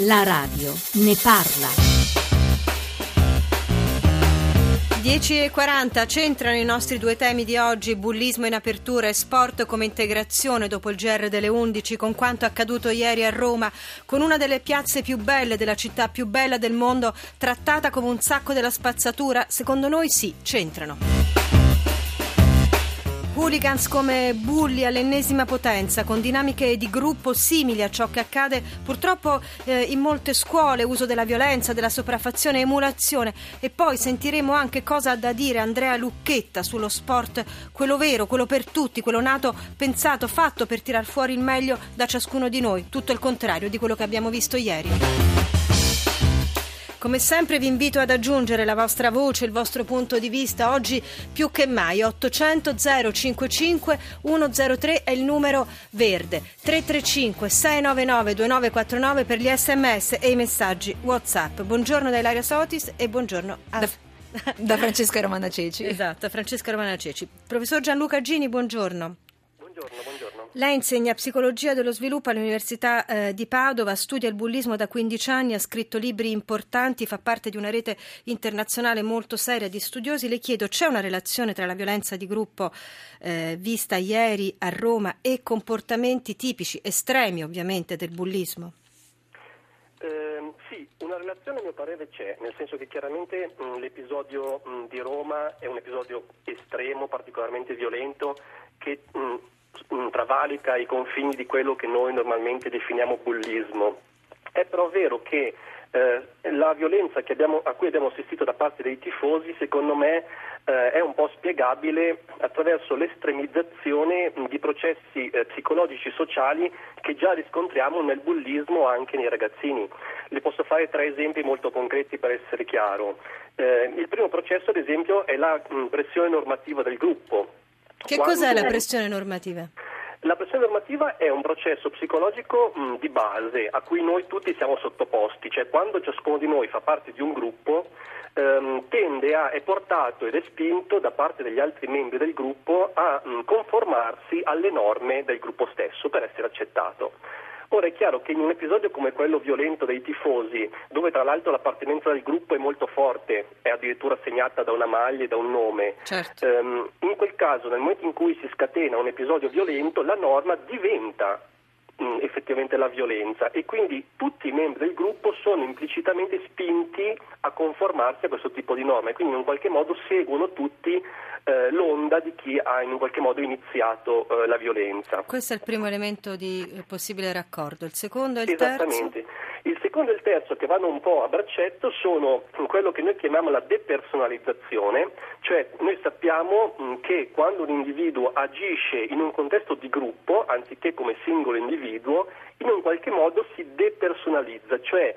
La radio ne parla. 10:40, centrano i nostri due temi di oggi: bullismo in apertura e sport come integrazione dopo il GR delle 11, con quanto accaduto ieri a Roma, con una delle piazze più belle della città più bella del mondo trattata come un sacco della spazzatura. Secondo noi sì, c'entrano. Hooligans come bulli all'ennesima potenza, con dinamiche di gruppo simili a ciò che accade purtroppo in molte scuole, uso della violenza, della sopraffazione, emulazione. E poi sentiremo anche cosa ha da dire Andrea Lucchetta sullo sport, quello vero, quello per tutti, quello nato, pensato, fatto per tirar fuori il meglio da ciascuno di noi, tutto il contrario di quello che abbiamo visto ieri. Come sempre vi invito ad aggiungere la vostra voce, il vostro punto di vista, oggi più che mai. 800 055 103 è il numero verde, 335 699 2949 per gli sms e i messaggi WhatsApp. Buongiorno da Ilaria Sotis e buongiorno da Francesca Romana Ceci. Esatto, Francesca Romana Ceci. Professor Gianluca Gini, buongiorno. Buongiorno. Lei insegna psicologia dello sviluppo all'Università di Padova, studia il bullismo da 15 anni, ha scritto libri importanti, fa parte di una rete internazionale molto seria di studiosi. Le chiedo, c'è una relazione tra la violenza di gruppo vista ieri a Roma e comportamenti tipici, estremi ovviamente, del bullismo? Sì, una relazione a mio parere c'è, nel senso che chiaramente l'episodio di Roma è un episodio estremo, particolarmente violento, che travalica i confini di quello che noi normalmente definiamo bullismo. È però vero che la violenza a cui abbiamo assistito da parte dei tifosi, secondo me, è un po' spiegabile attraverso l'estremizzazione di processi psicologici sociali che già riscontriamo nel bullismo anche nei ragazzini. Le posso fare 3 esempi molto concreti per essere chiaro. Il primo processo, ad esempio, è la pressione normativa del gruppo. Cos'è la pressione normativa? La pressione normativa è un processo psicologico di base a cui noi tutti siamo sottoposti, cioè quando ciascuno di noi fa parte di un gruppo è portato ed è spinto da parte degli altri membri del gruppo a conformarsi alle norme del gruppo stesso per essere accettato. Ora è chiaro che in un episodio come quello violento dei tifosi, dove tra l'altro l'appartenenza del gruppo è molto forte, è addirittura segnata da una maglia e da un nome, certo. In quel caso, nel momento in cui si scatena un episodio violento, la norma diventa effettivamente la violenza e quindi tutti i membri del gruppo sono implicitamente spinti a conformarsi a questo tipo di norma e quindi in qualche modo seguono tutti l'onda di chi ha in un qualche modo iniziato la violenza. Questo è il primo elemento di possibile raccordo. Il secondo e il Esattamente. terzo? Il secondo e il terzo, che vanno un po' a braccetto, sono quello che noi chiamiamo la depersonalizzazione, cioè noi sappiamo che quando un individuo agisce in un contesto di gruppo, anziché come singolo individuo, in un qualche modo si depersonalizza, cioè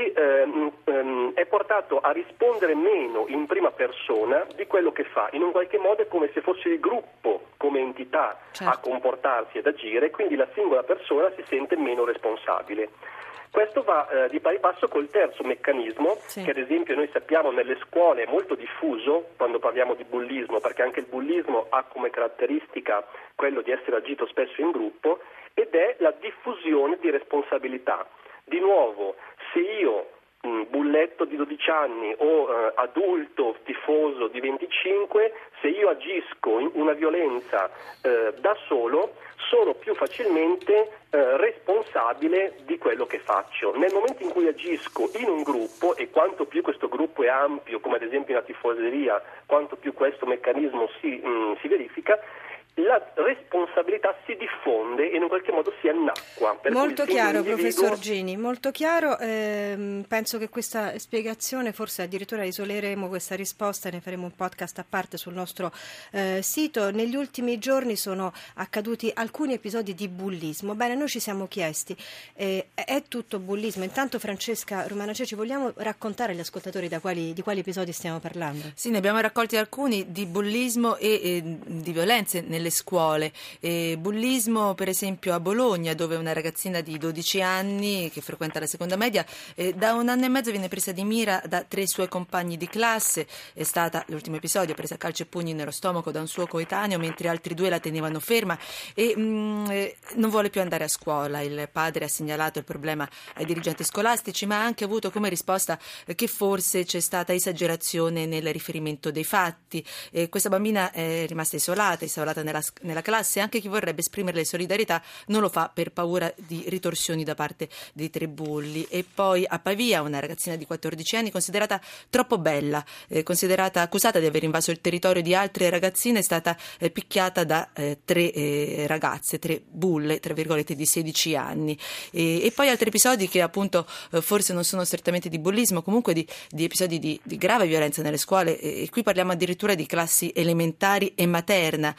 è portato a rispondere meno in prima persona di quello che fa. In un qualche modo è come se fosse il gruppo come entità certo. a comportarsi ed agire, quindi la singola persona si sente meno responsabile. Questo va di pari passo col terzo meccanismo, sì, che ad esempio noi sappiamo nelle scuole è molto diffuso quando parliamo di bullismo, perché anche il bullismo ha come caratteristica quello di essere agito spesso in gruppo, ed è la diffusione di responsabilità. Di nuovo, se io, bulletto di 12 anni o adulto tifoso di 25, se io agisco in una violenza da solo, sono più facilmente responsabile di quello che faccio. Nel momento in cui agisco in un gruppo, e quanto più questo gruppo è ampio, come ad esempio la tifoseria, quanto più questo meccanismo si verifica, la responsabilità si diffonde e in un qualche modo si annacqua. Molto chiaro, professor Gini, molto chiaro. Penso che questa spiegazione, forse addirittura isoleremo questa risposta e ne faremo un podcast a parte sul nostro sito. Negli ultimi giorni sono accaduti alcuni episodi di bullismo. Bene, noi ci siamo chiesti, è tutto bullismo? Intanto Francesca Romana Ceci, vogliamo raccontare agli ascoltatori di quali episodi stiamo parlando? Sì, ne abbiamo raccolti alcuni di bullismo e di violenze nelle nelle scuole. Bullismo per esempio a Bologna, dove una ragazzina di 12 anni che frequenta la seconda media da 1 anno e mezzo viene presa di mira da 3 suoi compagni di classe. È stata, l'ultimo episodio, presa a calci e pugni nello stomaco da un suo coetaneo mentre altri 2 la tenevano ferma e non vuole più andare a scuola. Il padre ha segnalato il problema ai dirigenti scolastici, ma ha anche avuto come risposta che forse c'è stata esagerazione nel riferimento dei fatti. Questa bambina è rimasta isolata nella classe. Anche chi vorrebbe esprimerle solidarietà non lo fa per paura di ritorsioni da parte dei 3 bulli. E poi a Pavia una ragazzina di 14 anni considerata troppo bella, considerata accusata di aver invaso il territorio di altre ragazzine, è stata picchiata da 3 ragazze, 3 bulle tra virgolette di 16 anni. E poi altri episodi che appunto forse non sono strettamente di bullismo, comunque di episodi di grave violenza nelle scuole, e qui parliamo addirittura di classi elementari e materna.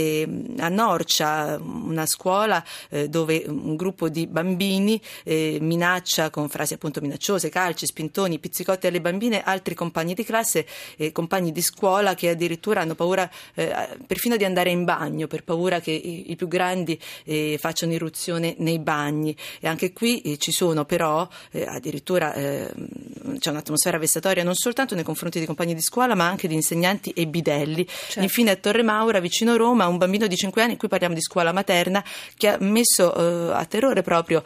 A Norcia, una scuola dove un gruppo di bambini minaccia con frasi appunto minacciose, calci, spintoni, pizzicotti alle bambine, altri compagni di classe e compagni di scuola che addirittura hanno paura perfino di andare in bagno, per paura che i più grandi facciano irruzione nei bagni. E anche qui ci sono però addirittura c'è un'atmosfera vessatoria non soltanto nei confronti dei compagni di scuola ma anche di insegnanti e bidelli. Certo. Infine a Torre Maura, vicino Roma, un bambino di 5 anni, qui parliamo di scuola materna, che ha messo a terrore proprio,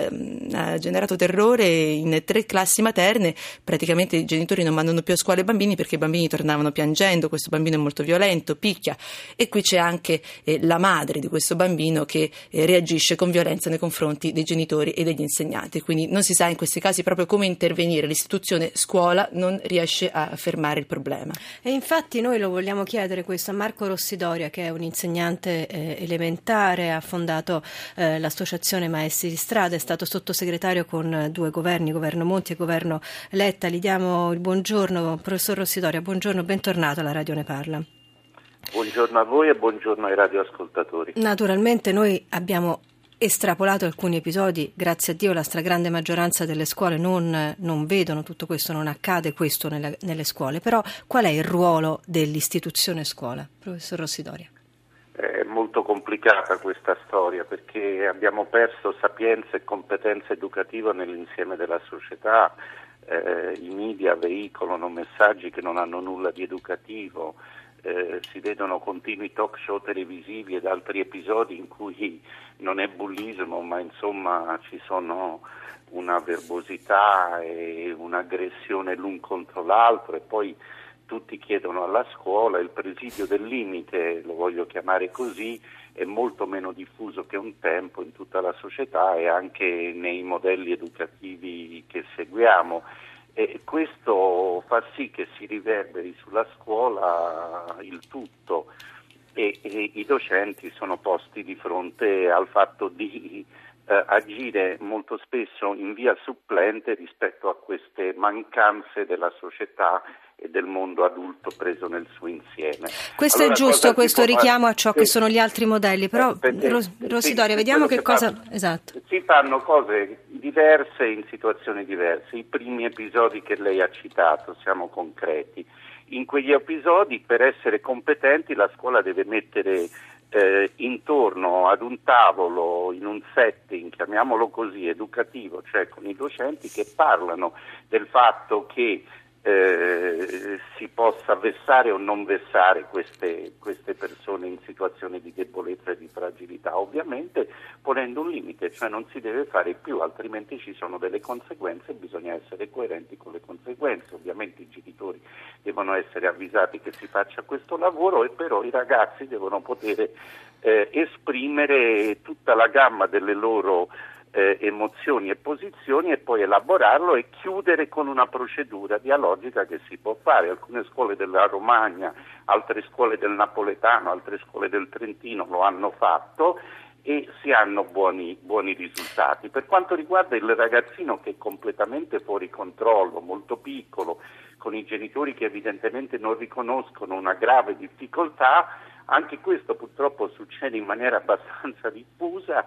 ha generato terrore in 3 classi materne. Praticamente i genitori non mandano più a scuola i bambini perché i bambini tornavano piangendo, questo bambino è molto violento, picchia, e qui c'è anche la madre di questo bambino che reagisce con violenza nei confronti dei genitori e degli insegnanti. Quindi non si sa in questi casi proprio come intervenire, l'istituzione scuola non riesce a fermare il problema. E infatti noi lo vogliamo chiedere questo a Marco Rossidoria, che è un insegnante elementare, ha fondato l'associazione Maestri di Strada, è stato sottosegretario con 2 governi, governo Monti e governo Letta. Gli diamo il buongiorno, professor Rossidoria, buongiorno, bentornato alla Radio Ne Parla. Buongiorno a voi e buongiorno ai radioascoltatori. Naturalmente noi abbiamo estrapolato alcuni episodi, grazie a Dio la stragrande maggioranza delle scuole non vedono tutto questo, non accade questo nelle scuole, però qual è il ruolo dell'istituzione scuola, professor Rossidoria? È molto complicata questa storia perché abbiamo perso sapienza e competenza educativa nell'insieme della società. I media veicolano messaggi che non hanno nulla di educativo, si vedono continui talk show televisivi ed altri episodi in cui non è bullismo ma insomma ci sono una verbosità e un'aggressione l'un contro l'altro, e poi tutti chiedono alla scuola. Il presidio del limite, lo voglio chiamare così, è molto meno diffuso che un tempo in tutta la società e anche nei modelli educativi che seguiamo. E questo fa sì che si riverberi sulla scuola il tutto e i docenti sono posti di fronte al fatto di agire molto spesso in via supplente rispetto a queste mancanze della società e del mondo adulto preso nel suo insieme. Questo allora, è giusto, questo richiamo a ciò che sono gli altri modelli, però Rossidoria, vediamo che cosa... Esatto. Si fanno cose diverse in situazioni diverse. I primi episodi che lei ha citato, siamo concreti. In quegli episodi, per essere competenti, la scuola deve mettere intorno ad un tavolo, in un setting, chiamiamolo così, educativo, cioè con i docenti che parlano del fatto che si possa vessare o non vessare queste persone in situazioni di debolezza e di fragilità, ovviamente ponendo un limite, cioè non si deve fare più, altrimenti ci sono delle conseguenze e bisogna essere coerenti con le conseguenze. Ovviamente i genitori devono essere avvisati che si faccia questo lavoro, e però i ragazzi devono poter esprimere tutta la gamma delle loro emozioni e posizioni e poi elaborarlo e chiudere con una procedura dialogica che si può fare. Alcune scuole della Romagna, altre scuole del Napoletano, altre scuole del Trentino lo hanno fatto e si hanno buoni risultati. Per quanto riguarda il ragazzino che è completamente fuori controllo, molto piccolo, con i genitori che evidentemente non riconoscono una grave difficoltà, anche questo purtroppo succede in maniera abbastanza diffusa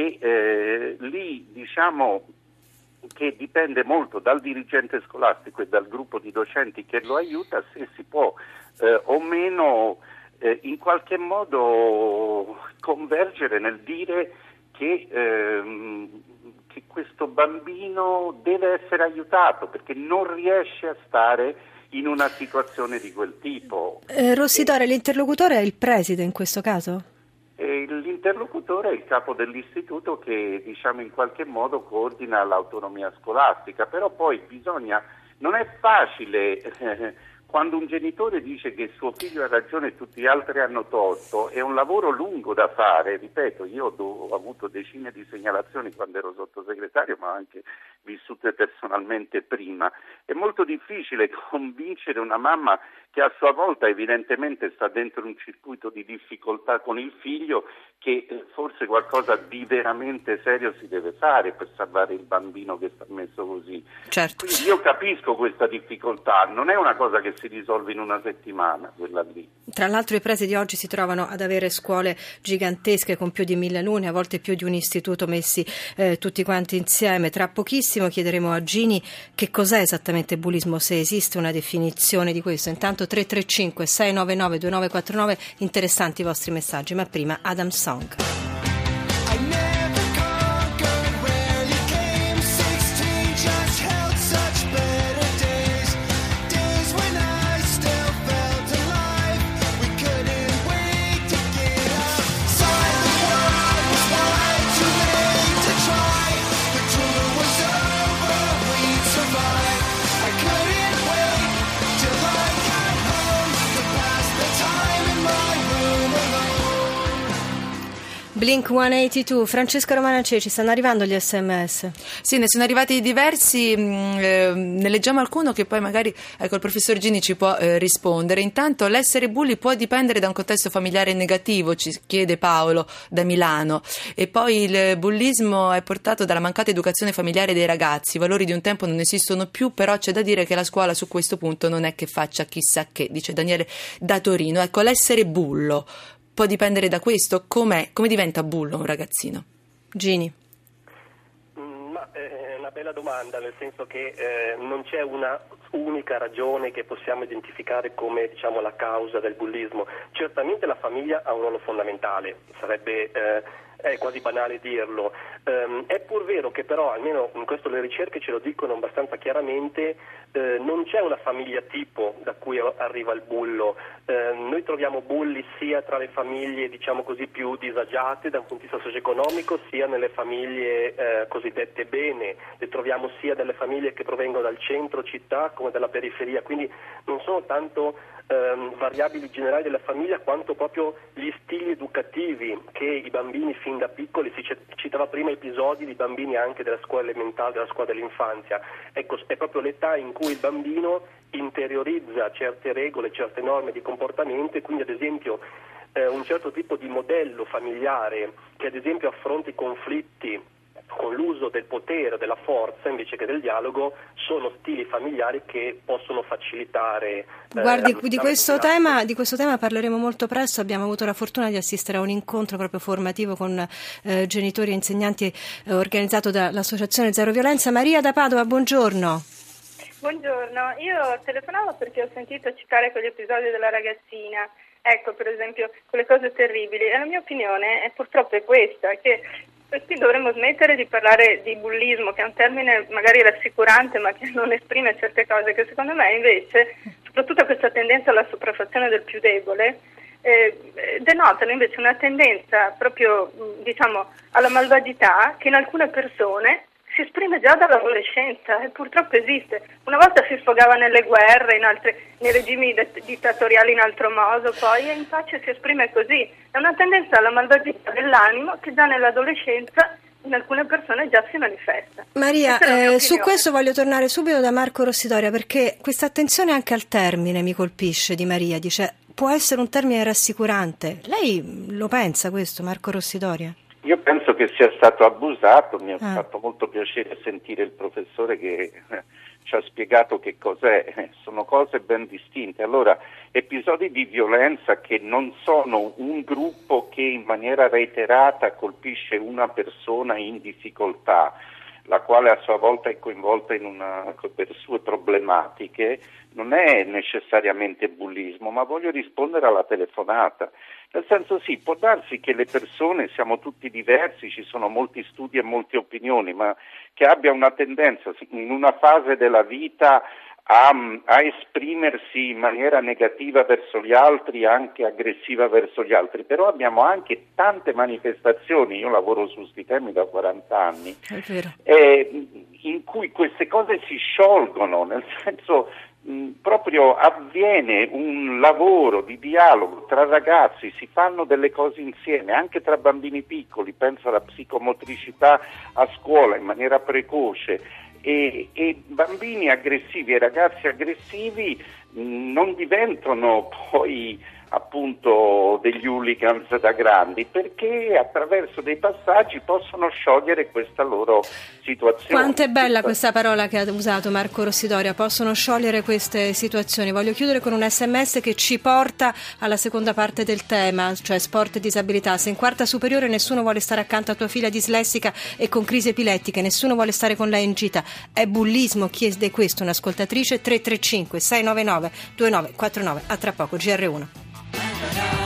e lì diciamo che dipende molto dal dirigente scolastico e dal gruppo di docenti che lo aiuta se si può o meno in qualche modo convergere nel dire che questo bambino deve essere aiutato perché non riesce a stare in una situazione di quel tipo. Rossitore, l'interlocutore è il preside in questo caso? L'interlocutore è il capo dell'istituto che in qualche modo coordina l'autonomia scolastica, però poi non è facile quando un genitore dice che suo figlio ha ragione e tutti gli altri hanno torto, è un lavoro lungo da fare, ripeto, io ho avuto decine di segnalazioni quando ero sottosegretario, ma anche vissute personalmente prima. È molto difficile convincere una mamma che a sua volta evidentemente sta dentro un circuito di difficoltà con il figlio che forse qualcosa di veramente serio si deve fare per salvare il bambino che sta messo così. Certo. Quindi io capisco questa difficoltà, non è una cosa che si risolve in una settimana, quella lì. Tra l'altro i presidi oggi si trovano ad avere scuole gigantesche con più di 1000 alunni, a volte più di un istituto messi tutti quanti insieme. Tra pochissimo chiederemo a Gini che cos'è esattamente bullismo, se esiste una definizione di questo. Intanto 335 699 2949, interessanti i vostri messaggi, ma prima Adam Song. Blink 182, Francesco Romana Ceci, stanno arrivando gli SMS? Sì, ne sono arrivati diversi, ne leggiamo alcuno che poi magari il professor Gini ci può rispondere. Intanto, l'essere bulli può dipendere da un contesto familiare negativo, ci chiede Paolo da Milano, e poi il bullismo è portato dalla mancata educazione familiare dei ragazzi, i valori di un tempo non esistono più, però c'è da dire che la scuola su questo punto non è che faccia chissà che, dice Daniele da Torino. Ecco, l'essere bullo può dipendere da questo? Come diventa bullo un ragazzino? Gini. È una bella domanda, nel senso che non c'è una unica ragione che possiamo identificare come la causa del bullismo. Certamente la famiglia ha un ruolo fondamentale, è quasi banale dirlo. È pur vero che però, almeno in questo le ricerche ce lo dicono abbastanza chiaramente, non c'è una famiglia tipo da cui arriva il bullo. Noi troviamo bulli sia tra le famiglie più disagiate da un punto di vista socio-economico, sia nelle famiglie cosiddette bene. Le troviamo sia delle famiglie che provengono dal centro città come dalla periferia, quindi non sono tanto variabili generali della famiglia quanto proprio gli stili educativi che i bambini fin da piccoli, si citava prima episodi di bambini anche della scuola elementare, della scuola dell'infanzia. Ecco, è proprio l'età in cui il bambino interiorizza certe regole, certe norme di comportamento e quindi ad esempio un certo tipo di modello familiare che ad esempio affronti i conflitti con l'uso del potere, della forza invece che del dialogo, sono stili familiari che possono facilitare. Guardi, di questo tema parleremo molto presto. Abbiamo avuto la fortuna di assistere a un incontro proprio formativo con genitori e insegnanti organizzato dall'Associazione Zero Violenza. Maria da Padova, buongiorno. Buongiorno, io telefonavo perché ho sentito citare quegli episodi della ragazzina, ecco per esempio quelle cose terribili, e la mia opinione è purtroppo questa, che qui dovremmo smettere di parlare di bullismo, che è un termine magari rassicurante ma che non esprime certe cose, che secondo me invece, soprattutto questa tendenza alla sopraffazione del più debole, denotano invece una tendenza proprio alla malvagità che in alcune persone si esprime già dall'adolescenza e purtroppo esiste. Una volta si sfogava nelle guerre, nei regimi dittatoriali in altro modo, poi in pace si esprime così. È una tendenza alla malvagità dell'animo che già nell'adolescenza in alcune persone già si manifesta. Maria, su questo voglio tornare subito da Marco Rossitoria, perché questa attenzione anche al termine mi colpisce di Maria, dice può essere un termine rassicurante. Lei lo pensa questo, Marco Rossitoria? Io penso che sia stato abusato, mi ha fatto molto piacere sentire il professore che ci ha spiegato che cos'è, sono cose ben distinte. Allora, episodi di violenza che non sono un gruppo che in maniera reiterata colpisce una persona in difficoltà. la quale a sua volta è coinvolta per sue problematiche, non è necessariamente bullismo, ma voglio rispondere alla telefonata. Nel senso, sì, può darsi che le persone, siamo tutti diversi, ci sono molti studi e molte opinioni, ma che abbia una tendenza in una fase della vita a esprimersi in maniera negativa verso gli altri, anche aggressiva verso gli altri, però abbiamo anche tante manifestazioni, io lavoro su questi temi da 40 anni, in cui queste cose si sciolgono, nel senso proprio avviene un lavoro di dialogo tra ragazzi, si fanno delle cose insieme, anche tra bambini piccoli, penso alla psicomotricità a scuola in maniera precoce. E bambini aggressivi e ragazzi aggressivi non diventano poi appunto degli hooligans da grandi, perché attraverso dei passaggi possono sciogliere questa loro situazione. Quanto è bella questa parola che ha usato Marco Rossidoria, possono sciogliere queste situazioni. Voglio chiudere con un SMS che ci porta alla seconda parte del tema, cioè sport e disabilità. Se in quarta superiore nessuno vuole stare accanto a tua figlia dislessica e con crisi epilettiche, nessuno vuole stare con lei in gita, è bullismo? Chiede questo un'ascoltatrice. 335 699 2949. A tra poco, GR1.